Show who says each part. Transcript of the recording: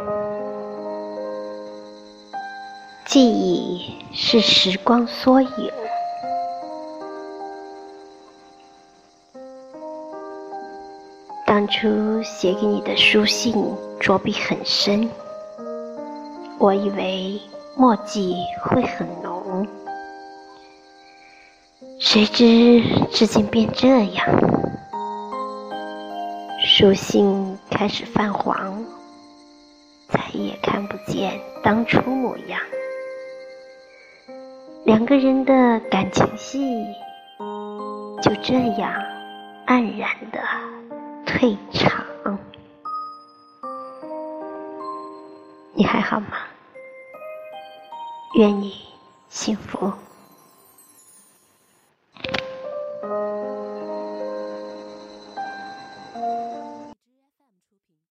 Speaker 1: 记忆是时光缩影，当初写给你的书信着笔很深，我以为墨迹会很浓，谁知至今变这样，书信开始泛黄，再也看不见当初模样。两个人的感情戏就这样黯然地退场。你还好吗？愿你幸福。